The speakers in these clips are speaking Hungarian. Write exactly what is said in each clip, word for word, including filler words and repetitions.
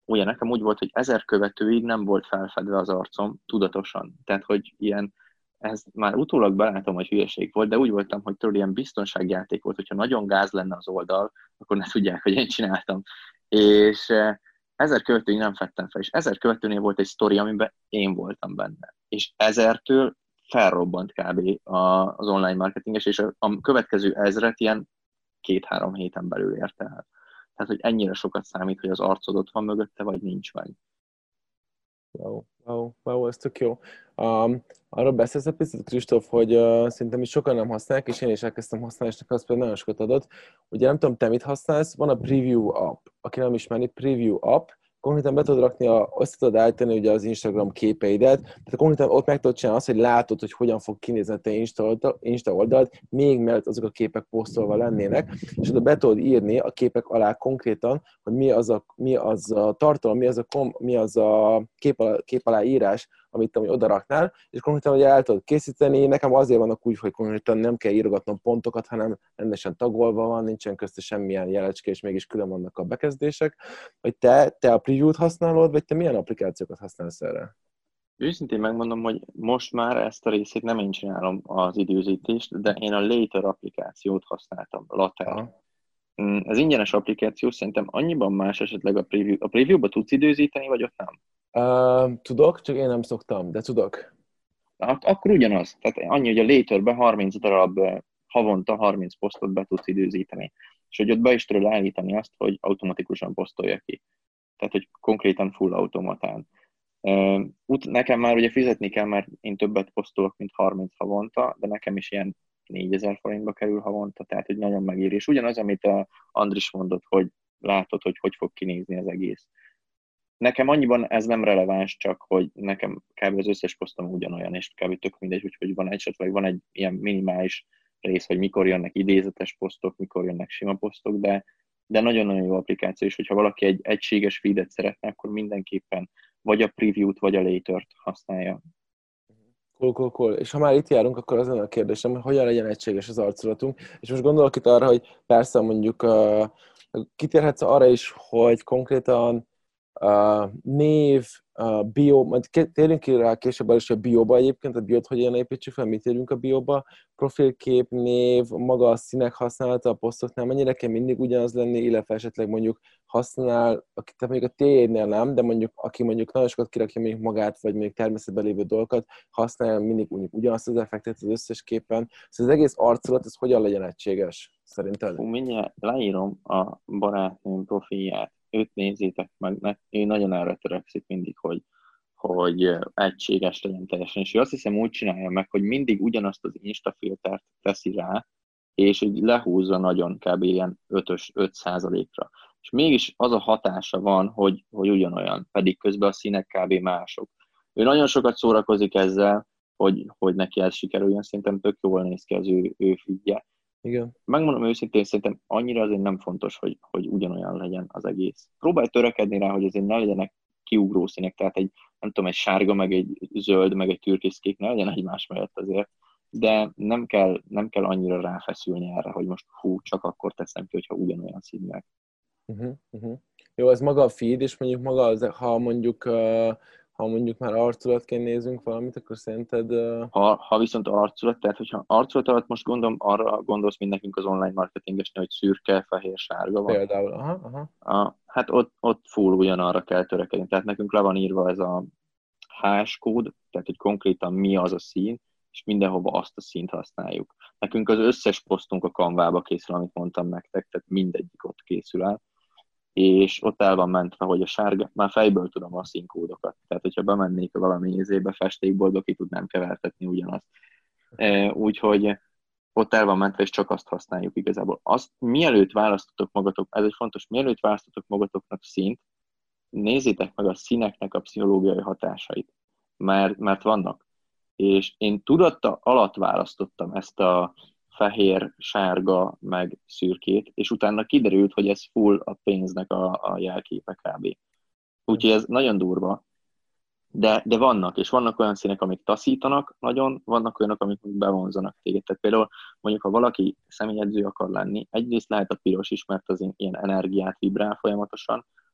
ugye nekem úgy volt, hogy ezer követőig nem volt felfedve az arcom tudatosan. Tehát, hogy ilyen, ez már utólag belátom, hogy hülyeség volt, de úgy voltam, hogy tudod, ilyen biztonságjáték volt, hogyha nagyon gáz lenne az oldal, akkor ne tudják, hogy én csináltam. És eh, ezer követőig nem fedtem fel, és ezer követőnél volt egy sztori, amiben én voltam benne. És ezertől felrobbant kb. A, az online marketinges, és a, a következő ezret ilyen két-három héten belül érte el. Tehát, hogy ennyire sokat számít, hogy az arcod ott van mögötte, vagy nincs meg. Wow, wow, wow, ez tök jó. Um, arról beszélsz egy picit, Kristóf, hogy uh, szerintem is sokan nem használják, és én is elkezdtem használni, és nekem az például nagyon sokat adott. Ugye nem tudom, te mit használsz, van a Preview app. Aki nem ismeri, Preview app, konkrétan be tudod rakni, a, azt tudod állítani ugye az Instagram képeidet, tehát konkrétan ott meg tudod csinálni azt, hogy látod, hogy hogyan fog kinézni a te Insta, oldal, Insta oldalt, még mielőtt azok a képek posztolva lennének, és oda be tudod írni a képek alá konkrétan, hogy mi az a, mi az a tartalom, mi az a, kom, mi az a kép, alá, kép alá írás, amit te oda raknál, és konkrétan hogy el tudod készíteni. Nekem azért vannak úgy, hogy konkrétan nem kell írogatnom pontokat, hanem rendesen tagolva van, nincsen közte semmilyen jelecske, és mégis külön vannak a bekezdések. Hogy te, te a Preview-t használod, vagy te milyen applikációkat használsz erre? Őszintén megmondom, hogy most már ezt a részét nem én csinálom, az időzítést, de én a Later applikációt használtam, Later. Aha. Ez ingyenes applikáció, szerintem annyiban más esetleg a Preview. A Preview-ba tudsz időzíteni, vagy ott nem? Uh, tudok, csak én nem szoktam, de tudok. Ak- akkor ugyanaz. Tehát annyi, hogy a Laterbe harminc darab, havonta harminc posztot be tudsz időzíteni. És hogy ott be is tudod állítani azt, hogy automatikusan posztolja ki. Tehát, hogy konkrétan full automatán. Nekem már ugye fizetni kell, mert én többet posztolok, mint harminc havonta, de nekem is ilyen négyezer forintba kerül havonta, tehát hogy nagyon megéri. És ugyanaz, amit a Andris mondott, hogy látod, hogy hogy fog kinézni az egész. Nekem annyiban ez nem releváns, csak hogy nekem kb. Az összes posztom ugyanolyan, és kb. Tök mindegy, hogy, hogy van esetleg van egy ilyen minimális rész, hogy mikor jönnek idézetes posztok, mikor jönnek sima posztok, de, de nagyon-nagyon jó applikáció, és hogyha valaki egy egységes feedet szeretne, akkor mindenképpen vagy a Preview-t, vagy a Later-t használja. Cool, cool, cool. És ha már itt járunk, akkor az lenne a kérdésem, hogy hogyan legyen egységes az arculatunk. És most gondolok itt arra, hogy persze mondjuk uh, kitérhetsz arra is, hogy konkrétan uh, név, uh, bio, majd térjünk ki rá később is a bióba egyébként, a biót hogyan építsük fel, mit érjünk a bióba, profilkép, név, maga a színek használata a posztoknál, mennyire kell mindig ugyanaz lenni, illetve esetleg mondjuk használ, aki, tehát mondjuk a té egynél nem, de mondjuk aki mondjuk nagyon sokat kirakja mondjuk magát, vagy mondjuk természetben lévő dolgokat, használja mindig mondjuk ugyanazt az effektet az összes képen. Szóval az egész arculat, ez hogyan legyen egységes, szerinted? Fú, mindjárt leírom a barátnőm profilját. Őt nézzétek meg, ő nagyon erre törekszik mindig, hogy, hogy egységes legyen teljesen. És ő azt hiszem úgy csinálja meg, hogy mindig ugyanazt az Insta filtert teszi rá, és így lehúzza nagyon kb. Ilyen ötös, öt százalékra. És mégis az a hatása van, hogy, hogy ugyanolyan, pedig közben a színek kb. Mások. Ő nagyon sokat szórakozik ezzel, hogy, hogy neki ez sikerüljön, szerintem tök jól néz ki az ő, ő feedje. Igen. Megmondom őszintén, szerintem annyira azért nem fontos, hogy, hogy ugyanolyan legyen az egész. Próbálj törekedni rá, hogy azért ne legyenek kiugró színek, tehát egy, nem tudom, egy sárga, meg egy zöld, meg egy türkészkék ne legyen egymás mellett azért, de nem kell, nem kell annyira ráfeszülni erre, hogy most hú, csak akkor teszem ki, hogyha ugyanolyan színűek. Uh-huh, uh-huh. Jó, ez maga a feed, és mondjuk maga, az, ha mondjuk uh, ha mondjuk már arculatként nézünk valamit, akkor szerinted... Uh... Ha, ha viszont arculat, tehát hogyha arculat alatt most gondolom, arra gondolsz, mint nekünk az online marketingesnél, hogy szürke, fehér, sárga van. Például, aha, aha. A, hát ott, ott full ugyanarra kell törekedni. Tehát nekünk le van írva ez a hash kód, tehát hogy konkrétan mi az a szín, és mindenhova azt a színt használjuk. Nekünk az összes posztunk a Canvába készül, amit mondtam nektek, tehát mindegyik ott készül el, és ott el van mentve, hogy a sárga, már fejből tudom a színkódokat, tehát hogyha bemennék valami izébe, festékboltba, ki tudnám kevertetni ugyanazt. Úgyhogy ott el van mentve, és csak azt használjuk igazából. Azt mielőtt választotok magatok, ez egy fontos, mielőtt választotok magatoknak színt, nézzétek meg a színeknek a pszichológiai hatásait, mert, mert vannak. És én tudatta alatt választottam ezt a fehér, sárga, meg szürkét, és utána kiderült, hogy ez full a pénznek a, a jelképe kb. Úgyhogy ez nagyon durva, de, de vannak, és vannak olyan színek, amik taszítanak nagyon, vannak olyanok, amik bevonzanak téged. Tehát például mondjuk, ha valaki személyedző akar lenni, egyrészt lehet a piros is, mert az ilyen energiát vibrál folyamatosan,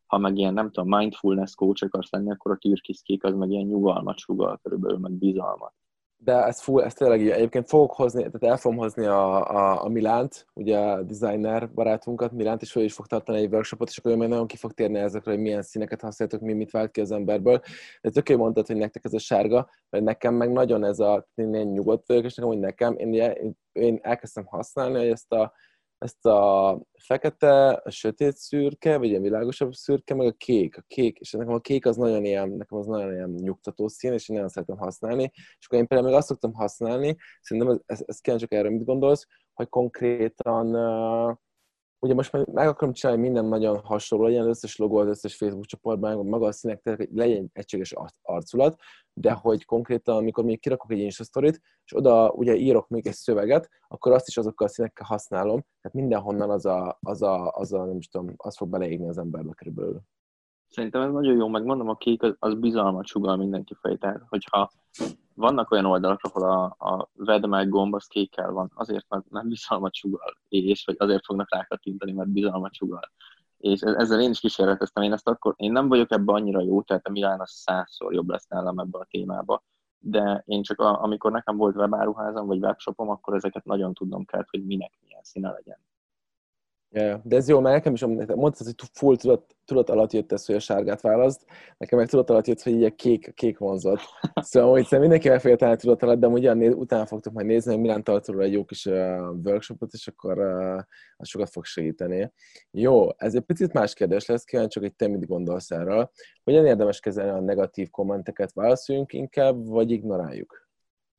Ha meg ilyen, nem tudom, mindfulness coach akarsz lenni, akkor a türkiszkék az meg ilyen nyugalmat sugal körülbelül, meg bizalmat. De ez, full, ez tényleg így. Egyébként fogok hozni, tehát el fogom hozni a, a, a Milánt, ugye a designer barátunkat, Milánt, és ő is fog tartani egy workshopot, és akkor ő meg nagyon ki fog térni ezekre, hogy milyen színeket használtok, mi mit vált ki az emberből. De tök jó mondtad, hogy nektek ez a sárga, mert nekem meg nagyon ez a, én ilyen nyugodt vagyok, és nekem, hogy nekem, én, én, én elkezdtem használni, hogy ezt a ezt a fekete, a sötét szürke, vagy ilyen világosabb szürke, meg a kék. A kék, és nekem a kék az nagyon ilyen, nekem az nagyon ilyen nyugtató szín, és én nagyon szeretem használni. És akkor én például még azt szoktam használni, szerintem ez, ez, ez kell csak erre mit gondolsz, hogy konkrétan uh, ugye most meg, meg akarom csinálni, minden nagyon hasonló legyen, az összes logó, az összes Facebook csoportban, maga a színek, tehát legyen egy egységes arculat, de hogy konkrétan, amikor még kirakok egy Insta sztorit, és oda ugye írok még egy szöveget, akkor azt is azokkal a színekkel használom, tehát mindenhonnan az a, az a, az a nem is tudom, az fog beleégni az emberbe körülbelül. Szerintem ez nagyon jó, megmondom, a kék az, az bizalmat sugal mindenki felé. Tehát, hogyha vannak olyan oldalak, ahol a, a vedd meg gomb az kékkel van, azért, mert nem bizalmat sugal, és vagy azért fognak rákattintani, mert bizalmat sugal. És ezzel én is kísérleteztem, én ezt akkor, én nem vagyok ebben annyira jó, tehát a Milán az százszor jobb lesz nálam ebben a témában, de én csak a, amikor nekem volt webáruházam, vagy webshopom, akkor ezeket nagyon tudnom kellett, hogy minek milyen színe legyen. Yeah, de ez jó, mert nekem is mondtad, hogy full tudat, tudat alatt jött ez, hogy a sárgát választ, nekem meg tudat alatt jött, hogy így a kék, kék vonzott. Szóval, hogy szerintem mindenkivel féltelen tudat alatt, de ugyan utána fogtok majd nézni, hogy Milán tartóról egy jó kis uh, workshopot, és akkor uh, az sokat fog segíteni. Jó, ez egy picit más kérdés lesz, kíváncsi, hogy te mit gondolsz erről. Hogyan érdemes kezelni a negatív kommenteket, válaszoljunk inkább, vagy ignoráljuk?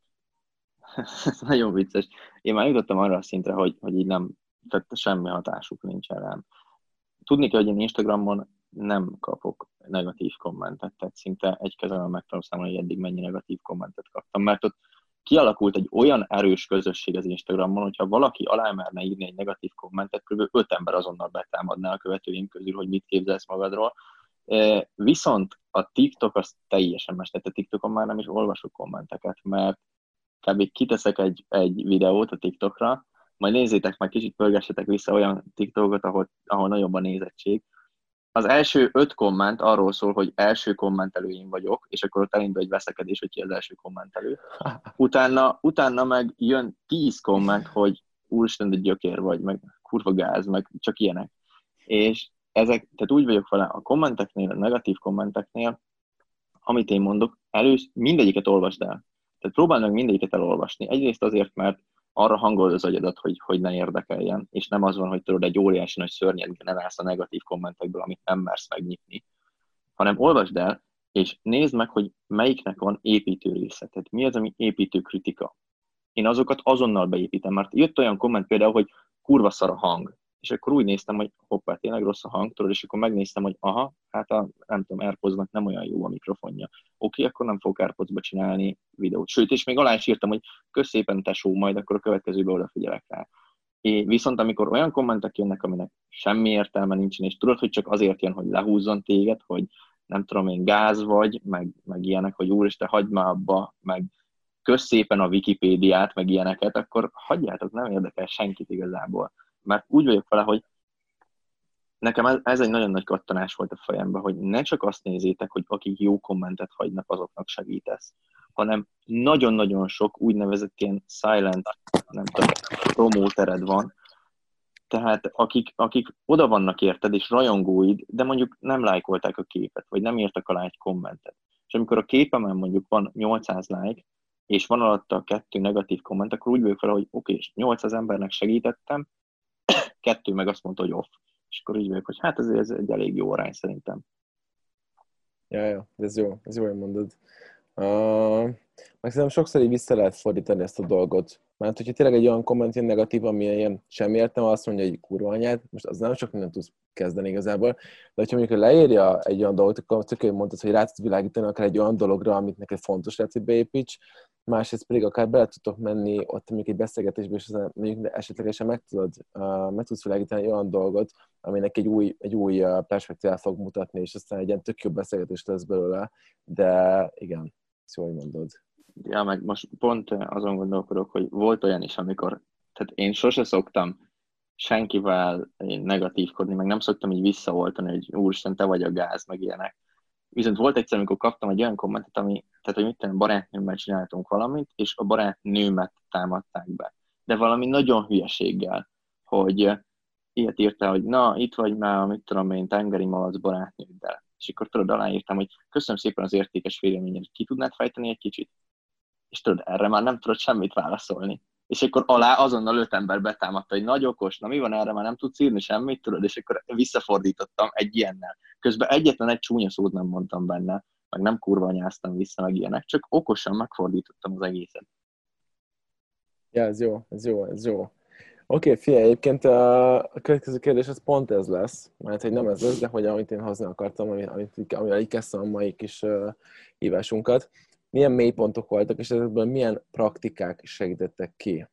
Ez nagyon vicces. Én már jutottam arra a szintre, hogy, hogy így nem, tehát semmi hatásuk nincs rám. Tudni kell, hogy én Instagramon nem kapok negatív kommentet, tehát szinte egy kezemben meg tudom számolni, hogy eddig mennyi negatív kommentet kaptam, mert ott kialakult egy olyan erős közösség az Instagramon, hogyha valaki alámerne írni egy negatív kommentet, kb. öt ember azonnal betámadná a követőim közül, hogy mit képzelsz magadról. Viszont a TikTok az teljesen más, tehát a TikTokon már nem is olvasok kommenteket, mert kb. Kiteszek egy, egy videót a TikTokra, majd nézzétek meg, kicsit pörgessetek vissza olyan TikTokot, ahol, ahol nagyobb a nézettség. Az első öt komment arról szól, hogy első kommentelő én vagyok, és akkor ott elindul egy veszekedés, hogy ki az első kommentelő. Utána, utána meg jön tíz komment, hogy úristen, de gyökér vagy, meg kurva gáz, meg csak ilyenek. És ezek, tehát úgy vagyok vele a kommenteknél, a negatív kommenteknél, amit én mondok, először mindegyiket olvasd el. Tehát próbáld meg mindegyiket elolvasni. Egyrészt azért, mert arra hangolod az agyadat, hogy, hogy ne érdekeljen, és nem az van, hogy tudod, egy óriási nagy szörnyet generálsz a negatív kommentekből, amit nem mersz megnyitni, hanem olvasd el, és nézd meg, hogy melyiknek van építő része. Tehát mi az, ami építő kritika. Én azokat azonnal beépítem, mert jött olyan komment például, hogy kurva szar a hang. És akkor úgy néztem, hogy hoppá, tényleg rossz a hang, tudod, és akkor megnéztem, hogy aha, hát a, nem tudom, AirPods-nak nem olyan jó a mikrofonja. Oké, akkor nem fogok AirPods-ba csinálni videót. Sőt, és még alá is írtam, hogy kösz szépen tesó, majd akkor a következőbe odafigyelek rá. É, viszont amikor olyan kommentek jönnek, aminek semmi értelme nincsen, és tudod, hogy csak azért jön, hogy lehúzzon téged, hogy nem tudom én, gáz vagy, meg, meg ilyenek, hogy úristen, hagyd már abba, meg kösz szépen a Wikipédiát, meg ilyeneket, akkor hagyjátok, nem érdekel senkit igazából. Mert úgy vagyok vele, hogy nekem ez, ez egy nagyon nagy kattanás volt a fejemben, hogy ne csak azt nézzétek, hogy akik jó kommentet hagynak, azoknak segítesz, hanem nagyon-nagyon sok úgynevezett ilyen silent, nem tudom, promótered van, tehát akik, akik oda vannak érted, és rajongóid, de mondjuk nem lájkolták a képet, vagy nem írtak alá egy kommentet. És amikor a képemen mondjuk van nyolcszáz like, és van alatta kettő negatív komment, akkor úgy vagyok fel, hogy oké, okay, nyolcszáz embernek segítettem, kettő meg azt mondta, hogy off. És akkor úgy vagyok, hogy hát ez, ez egy elég jó arány szerintem. Ja, ja, ez jó, ez jó, hogy mondod. Uh, meg szerintem sokszor így vissza lehet fordítani ezt a dolgot. Mert hogyha tényleg egy olyan komment ilyen negatív, ami ilyen semmi értelme, azt mondja, hogy kurva anyád, most az nem sok mindent tudsz kezdeni igazából, de hogyha mondjuk leírja egy olyan dolgot, akkor tökéletesen mondtad, hogy rá tudsz világítani akár egy olyan dologra, amit neked fontos lehet, hogy beépíts, másrészt pedig akár bele tudtok menni ott mondjuk egy beszélgetésbe, és mondjuk esetlegesen meg, tudod, uh, meg tudsz világítani egy olyan dolgot, aminek egy új, egy új perspektívát fog mutatni, és aztán egy ilyen tök jó beszélgetés lesz belőle, de igen, ezt jól mondod. Ja, meg most pont azon gondolkodok, hogy volt olyan is, amikor, tehát én sose szoktam senkivel én negatívkodni, meg nem szoktam így visszaoltani, hogy úristen, te vagy a gáz, meg ilyenek. Viszont volt egyszer, amikor kaptam egy olyan kommentet, ami, tehát, hogy mit tudom, barátnőmmel csináltunk valamit, és a barátnőmet támadták be. De valami nagyon hülyeséggel, hogy eh, ilyet írta, hogy na, itt vagy már, mit tudom én, tengeri malac barátnőddel. És akkor tudod, aláírtam, hogy köszönöm szépen az értékes véleményed, ki tudnád fejteni egy kicsit? És tudod, erre már nem tudod semmit válaszolni. És akkor alá azonnal öt ember betámadta, hogy nagy okos, na mi van, erre már nem tudsz írni semmit, tudod, és akkor visszafordítottam egy ilyennel. Közben egyetlen egy csúnya szót nem mondtam benne, meg nem kurva nyáztam vissza, meg ilyenek, csak okosan megfordítottam az egészet. Ja, ez jó, ez jó, ez jó. Oké, okay, figyelj, egyébként a következő kérdés az pont ez lesz, mert hogy nem ez lesz, de hogy amit én hozni akartam, amit, amit, amivel így kezdtem a mai kis uh, hívásunkat. Milyen mélypontok voltak, és ezekből milyen praktikák segítettek ki?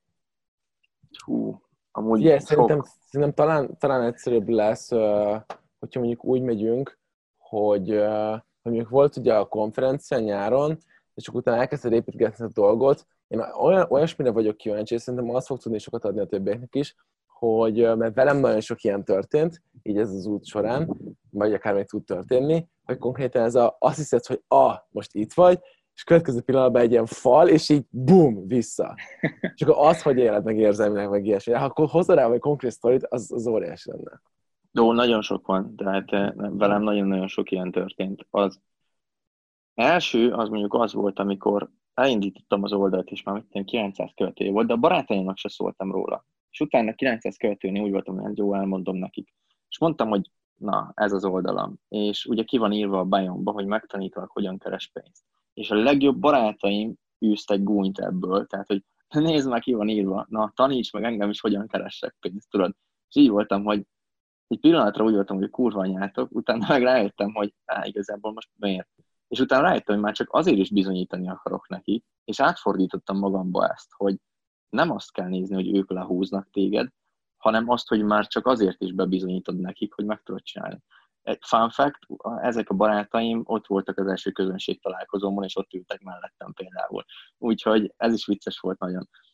Hú, amúgy Figyelj, sok. szerintem, szerintem talán, talán egyszerűbb lesz, uh, hogyha mondjuk úgy megyünk, hogy, uh, hogy mondjuk volt ugye a konferencia nyáron, és akkor utána elkezdted építgetni a dolgot. Én olyan, olyasmire vagyok kíváncsi, és szerintem azt fog tudni sokat adni a többieknek is, hogy, uh, mert velem nagyon sok ilyen történt, így ez az út során, vagy akár még tud történni, hogy konkrétan ez a, azt hiszed, hogy ah, most itt vagy, és következő pillanatban egy ilyen fal, és így bum, vissza. És akkor az, hogy éled meg érzelmileg, meg ilyesmi. Ha akkor hozzá rá egy konkrét sztorit, az, az óriási lenne. Jó, nagyon sok van, tehát eh, velem nagyon-nagyon sok ilyen történt. Az első, az mondjuk az volt, amikor elindítottam az oldalt, és már mit tudom, kilencszáz követője volt, de a barátaimnak se szóltam róla. És utána kilencszáz követőnél úgy voltam, hogy jó, elmondom nekik. És mondtam, hogy na, ez az oldalam. És ugye ki van írva a biomba, hogy megtanítalak, hogyan keres pénzt. És a legjobb barátaim űztek gúnyt ebből, tehát, hogy nézd már, ki van írva, na, taníts meg engem is, hogyan keressek pénzt, tudod. És így voltam, hogy egy pillanatra úgy voltam, hogy kurva anyátok, utána meg rájöttem, hogy á, igazából most miért. És utána rájöttem, hogy már csak azért is bizonyítani akarok neki, és átfordítottam magamba ezt, hogy nem azt kell nézni, hogy ők lehúznak téged, hanem azt, hogy már csak azért is bebizonyítod nekik, hogy meg tudod csinálni. Egy fun fact, ezek a barátaim ott voltak az első közönség találkozómon, és ott ültek mellettem például. Úgyhogy ez is vicces volt nagyon.